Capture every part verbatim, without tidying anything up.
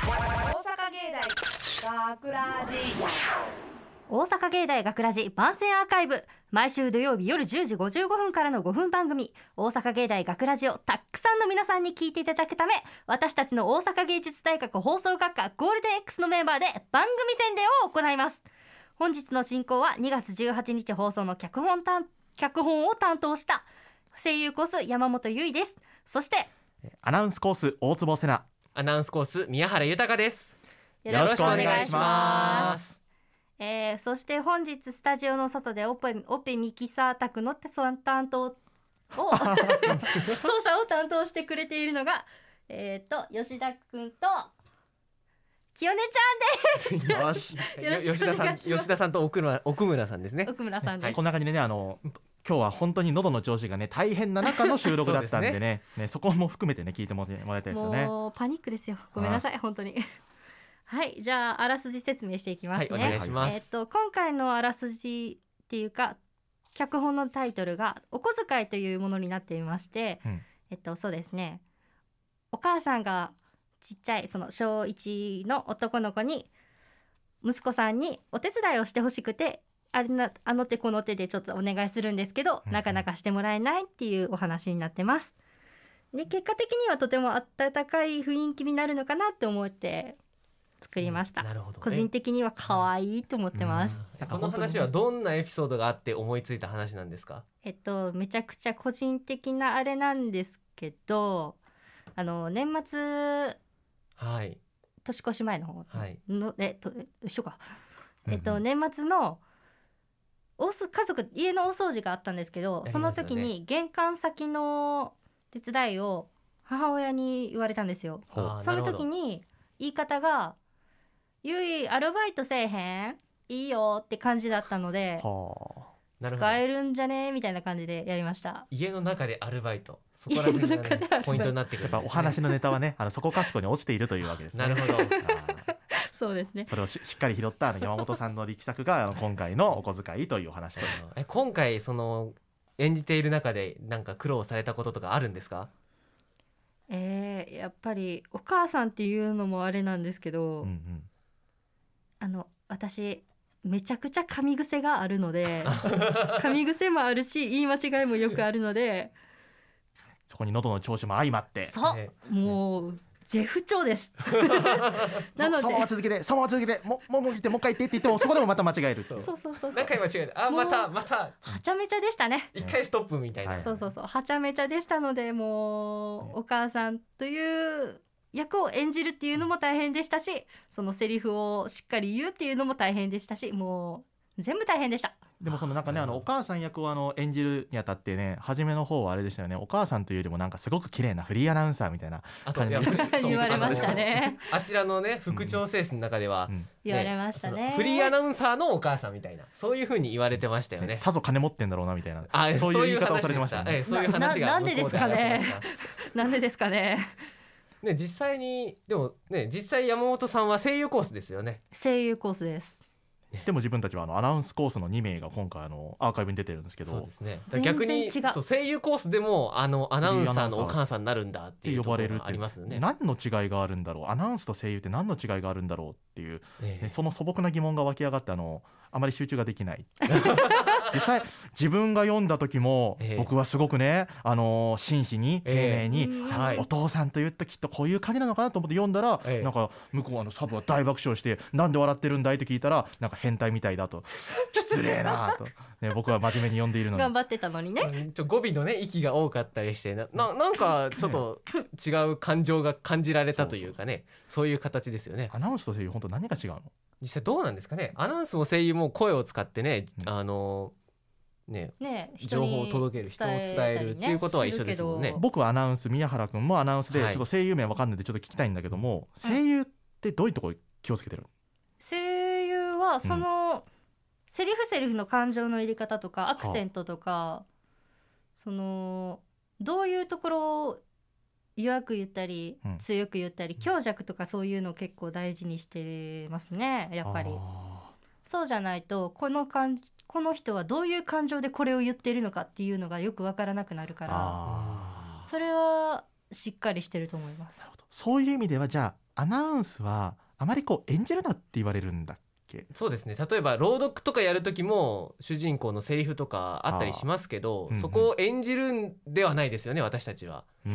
芸大学ラジ大阪芸大学ラジ番宣アーカイブ、毎週土曜日夜じゅうじごじゅうごふんからのごふん番組、大阪芸大学ラジをたくさんの皆さんに聞いていただくため、私たちの大阪芸術大学放送学科ゴールデン X のメンバーで番組宣伝を行います。本日の進行はにがつじゅうはちにち放送の脚本担脚本を担当した声優コース山本優衣です。そしてアナウンスコース大坪瀬奈、 アナウンスコース宮原豊です。 よろしくお願いします。 す。 えー、そして本日スタジオの外でオペオペミキサー宅の担当を操作を担当してくれているのがえーと吉田くんと清音ちゃんです。 よしよろしくお願いします吉田さん、吉田さんと奥村、奥村さんですね。 奥村さんです、 こんな感じでね、あの今日は本当に喉の調子がね大変な中の収録だったんで ね, そ, ね, ねそこも含めてね聞いてもらいたいですよね。 もうパニックですよ、ごめんなさい本当に。はい、じゃああらすじ説明していきますね。 はい、お願いします。 えー、と今回のあらすじっていうか脚本のタイトルがお小遣いというものになっていまして、 うん、 えっとそうですね、お母さんがちっちゃいそのしょういちの男の子に息子さんにお手伝いをしてほしくて、あれなあの手この手でちょっとお願いするんですけど、 うん、 なかなかしてもらえないっていうお話になってます。で結果的にはとても温かい雰囲気になるのかなって思って作りました、 うん、なるほどね。 個人的には可愛いと思ってます、 うん、この話はどんなエピソードがあって思いついた話なんですか？ えっとめちゃくちゃ個人的なあれなんですけど、あの年末、 はい、 年越し前の方の、 はい、 えっと一緒か、 うんうん、 えっと年末のおす家族家のお掃除があったんですけど、その時に玄関先の手伝いを母親に言われたんですよ。その時に言い方がゆいアルバイトせえへんいいよって感じだったので、 はあ、使えるんじゃねみたいな感じでやりました。 家の中でアルバイト、そこら辺が、ね、ポイントになってくる、ね、 やっぱお話のネタはねあのそこかしこに落ちているというわけですね。 なるほど。 そうですね、 それを し, しっかり拾ったあの山本さんの力作が今回のお小遣いというお話とえ今回その演じている中でなんか苦労されたこととかあるんですか？ えー、やっぱりお母さんっていうのもあれなんですけど、 うんうん、 あの私めちゃくちゃ噛み癖があるので噛み癖もあるし言い間違いもよくあるのでそこに喉の調子も相まってそう、ね、もう絶不調ですなので そ, そのまま続けてそのまま続けてももうもう一回言ってって言ってもそこでもまた間違える。 そうそうそうそう何回間違える、あまたまたはちゃめちゃでしたね。 一回ストップみたいな、 はい、そうそうそうはちゃめちゃでしたので、もうお母さんという役を演じるっていうのも大変でしたし、そのセリフをしっかり言うっていうのも大変でしたし、もう全部大変でした。 でもそのなんかね、あのお母さん役をあの演じるにあたってね、初めの方はあれでしたよね、お母さんというよりもなんかすごく綺麗なフリーアナウンサーみたいな感じで言われましたね。 あちらのね副調整室の中では、 うんうんね、 言われましたね。 フリーアナウンサーのお母さんみたいな、そういう風に言われてましたよね。 ね、さぞ金持ってんだろうなみたいな、 あそういう言い方をされてましたね。 そういう話がな, なんでですかねなんでですかねね、実際にでもね、実際山本さんは声優コースですよね。 声優コースです。 でも自分たちはあのアナウンスコースのにめいが今回あのアーカイブに出てるんですけど、 そうですね、逆にそう声優コースでもあのアナウンサーのお母さんになるんだっていうところがありますよね。 何の違いがあるんだろう、アナウンスと声優って何の違いがあるんだろうっていう、 ねね、その素朴な疑問が湧き上がってあのあまり集中ができない実際自分が読んだ時も、えー、僕はすごくね、あのー、真摯に丁寧に、えーさはい、お父さんと言うときっとこういう感じなのかなと思って読んだら、えー、なんか向こうのサブは大爆笑してなんで笑ってるんだいと聞いたらなんか変態みたいだと失礼なと、ね、僕は真面目に読んでいるのに頑張ってたのにね、 ちょ語尾のね息が多かったりして な, な, なんかちょっと違う感情が感じられたというかね、そういう形ですよね。 アナウンスと声優本当何が違うの？ 実際どうなんですかね。アナウンスも声優も声を使ってね、うん、あのねね情報を届ける、人を伝えるっていうことは一緒ですもんね。 僕はアナウンス、宮原君もアナウンスで、はい、ちょっと声優名わかんないんでちょっと聞きたいんだけども、うん、声優ってどういうところ気をつけてるの？ 声優はその、うん、セリフセリフの感情の入れ方とかアクセントとか、はあ、そのどういうところを弱く言ったり、うん、強く言ったり強弱とかそういうのを結構大事にしてますね、やっぱり。そうじゃないとこの感この人はどういう感情でこれを言っているのかっていうのがよく分からなくなるから、それはしっかりしてると思います。 そういう意味ではじゃあアナウンスはあまりこう演じるなって言われるんだっけ。 そうですね、例えば朗読とかやる時も主人公のセリフとかあったりしますけど、そこを演じるんではないですよね、私たちは。 うん、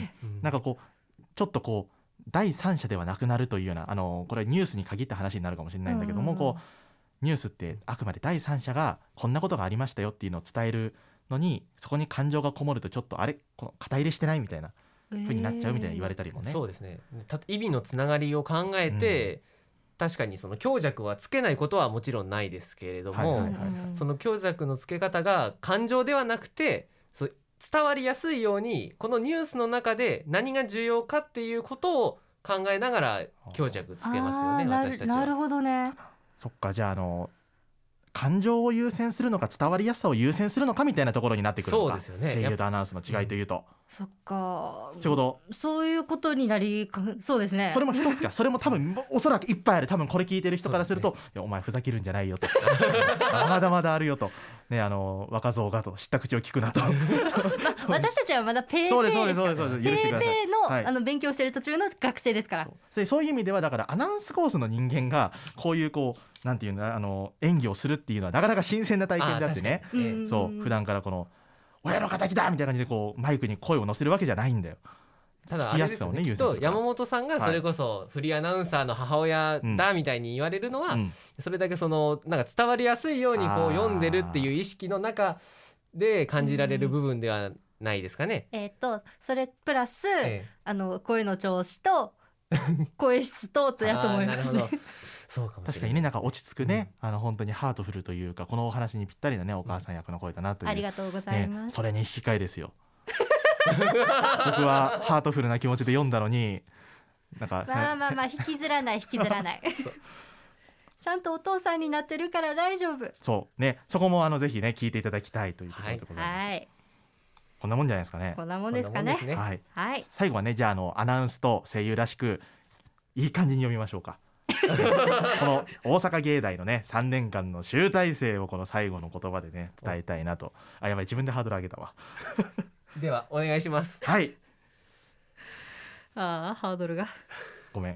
なんかこうちょっとこう第三者ではなくなるというような、あのこれニュースに限った話になるかもしれないんだけども、こうニュースってあくまで第三者がこんなことがありましたよっていうのを伝えるのに、そこに感情がこもるとちょっとあれこの肩入れしてないみたいな風になっちゃうみたいな言われたりもね。 そうですね、意味のつながりを考えて、うん、確かにその強弱はつけないことはもちろんないですけれども、はいはいはいはい、その強弱のつけ方が感情ではなくてそう伝わりやすいように、このニュースの中で何が重要かっていうことを考えながら強弱つけますよね、私たちは。 なるほどね。 そっか、じゃああの感情を優先するのか伝わりやすさを優先するのかみたいなところになってくるのか。そうですよね、声優とアナウンスの違いというと、うん、 そっか、 ちょうどそういうことになりそうですね。 それも一つかそれも多分おそらくいっぱいある。多分これ聞いてる人からすると、ね、いやお前ふざけるんじゃないよとまだまだあるよと、ね、あの若造がと知った口を聞くなとま私たちはまだペーペーですから、ペーペーの、はい、あの勉強してる途中の学生ですから。 そう、そういう意味ではだからアナウンスコースの人間がこういうこうなんていうの、あの演技をするっていうのはなかなか新鮮な体験であってね。そう普段からこの親の敵だみたいな感じでこうマイクに声を乗せるわけじゃないんだよ。 ただあれですね、きっと山本さんがそれこそフリーアナウンサーの母親だみたいに言われるのは、うん、それだけそのなんか伝わりやすいようにこう読んでるっていう意識の中で感じられる部分ではないですかね。 うん、えっとそれプラス、ええ、あの声の調子と声質ととやと思いますね。 そうかもしれない。確かにね、なんか落ち着くね、うん、あの本当にハートフルというかこのお話にぴったりなねお母さん役の声だなという、 ありがとうございます、 ね、それに引き換えですよ僕はハートフルな気持ちで読んだのになんかまあまあまあ引きずらない引きずらないちゃんとお父さんになってるから大丈夫。 そうね、そこもあのぜひね聞いていただきたいというところでございます、はい、こんなもんじゃないですかね。 こんなもんですかね。 はいはい、最後はねじゃあ、あのアナウンスと声優らしくいい感じに読みましょうかこの大阪芸大のねさんねんかんの集大成をこの最後の言葉でね伝えたいなと。あ、やばい、自分でハードル上げたわではお願いします。 はい。 ああハードルがごめん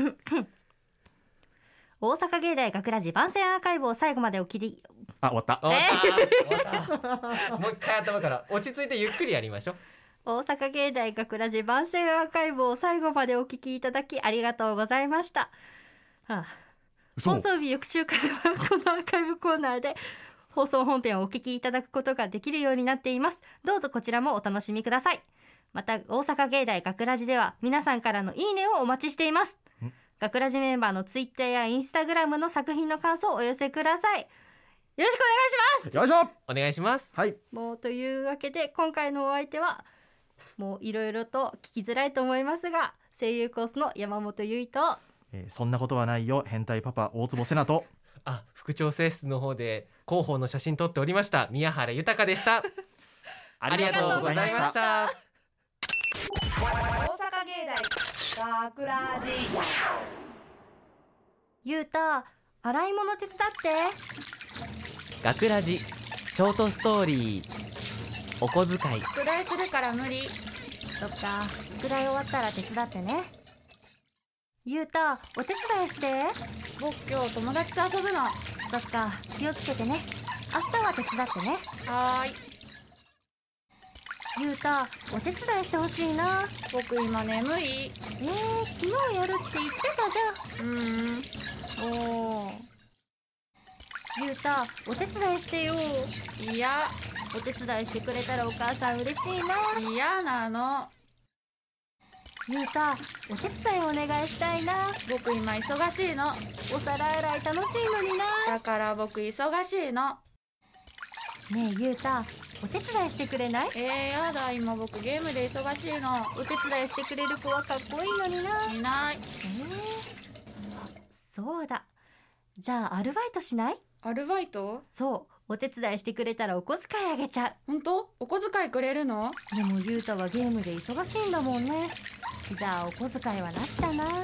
大阪芸大学ラジ番宣アーカイブを最後までお聞き。 あ、終わった、 えー、終わったもう一回頭から落ち着いてゆっくりやりましょう。 大阪芸大学ラジ番宣アーカイブを最後までお聞きいただきありがとうございました。はあ、放送日翌週からはこのアーカイブコーナーで放送本編をお聞きいただくことができるようになっています。どうぞこちらもお楽しみください。また大阪芸大学ラジでは皆さんからのいいねをお待ちしています。学ラジメンバーのツイッターやインスタグラムの作品の感想をお寄せください。よろしくお願いします。 よいしょ、 お願いします。 はい、 もうというわけで今回のお相手はもういろいろと聞きづらいと思いますが声優コースの山本優衣と、 えー、そんなことはないよ変態パパ大坪瀬名とあ、副調整室の方で広報の写真撮っておりました宮原豊でしたありがとうございました。 大阪芸大学ラジ。 ゆうた、洗い物手伝って。 学ラジショートストーリーお小遣い宿題するから無理。 そっか、宿題終わったら手伝ってね。ゆうた、お手伝いして。 僕今日友達と遊ぶの。 そっか、気をつけてね。明日は手伝ってね。 はーい。 ゆうた、お手伝いしてほしいな。 僕今眠い。 えー、昨日やるって言ってたじゃん。 うーん。 おー。ゆうた、お手伝いしてよ。 いや。 お手伝いしてくれたらお母さん嬉しいな。 嫌なの。 ゆうた、お手伝いお願いしたいな。 僕今忙しいの。 お皿洗い楽しいのにな。 だから僕忙しいの。 ねえゆうた、お手伝いしてくれない？ えー、やだ、今僕ゲームで忙しいの。 お手伝いしてくれる子はかっこいいのにな。 いない。 えー、そうだ、じゃあアルバイトしない？ アルバイト？ そう、お手伝いしてくれたらお小遣いあげちゃう。 本当？お小遣いくれるの？ でもゆうたはゲームで忙しいんだもんね。じゃあお小遣いはなしだな。はい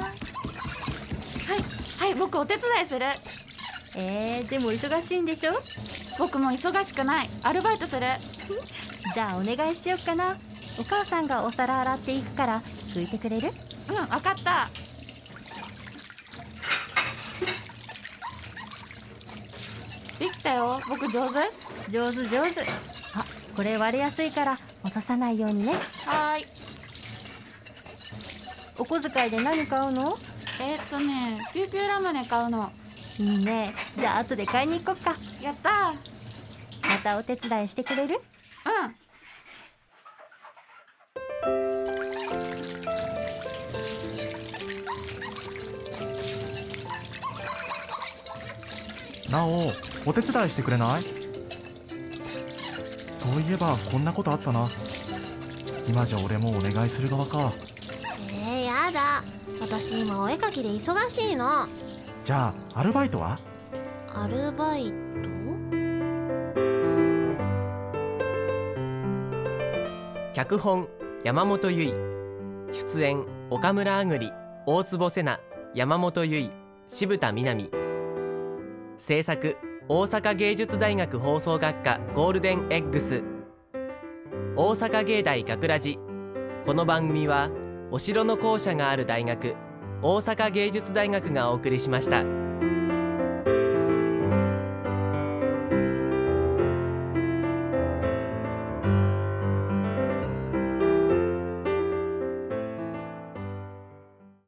はい、僕お手伝いする。 えー、でも忙しいんでしょ？ 僕も忙しくない。アルバイトする。 じゃあお願いしよっかな。お母さんがお皿洗っていくから拭いてくれる？ うん、わかった。 きたよ。僕上手？ 上手上手。あ、これ割れやすいから落とさないようにね。 はーい。 お小遣いで何買うの？ えー、っとねピューピューラムネ買うの。 いいね。じゃあ後で買いに行こっか。 やったー。 またお手伝いしてくれる？ うん。 なお、お手伝いしてくれない？そういえばこんなことあったな。今じゃ俺もお願いする側か。 えー、やだ。私今お絵かきで忙しいの。 じゃあアルバイトは？ アルバイト？ 脚本山本結衣、出演岡村あぐり、大坪瀬奈、山本結衣、渋田みなみ。制作大阪芸術大学放送学科ゴールデンエッグス、大阪芸大学ラジ。この番組はお城の校舎がある大学大阪芸術大学がお送りしました。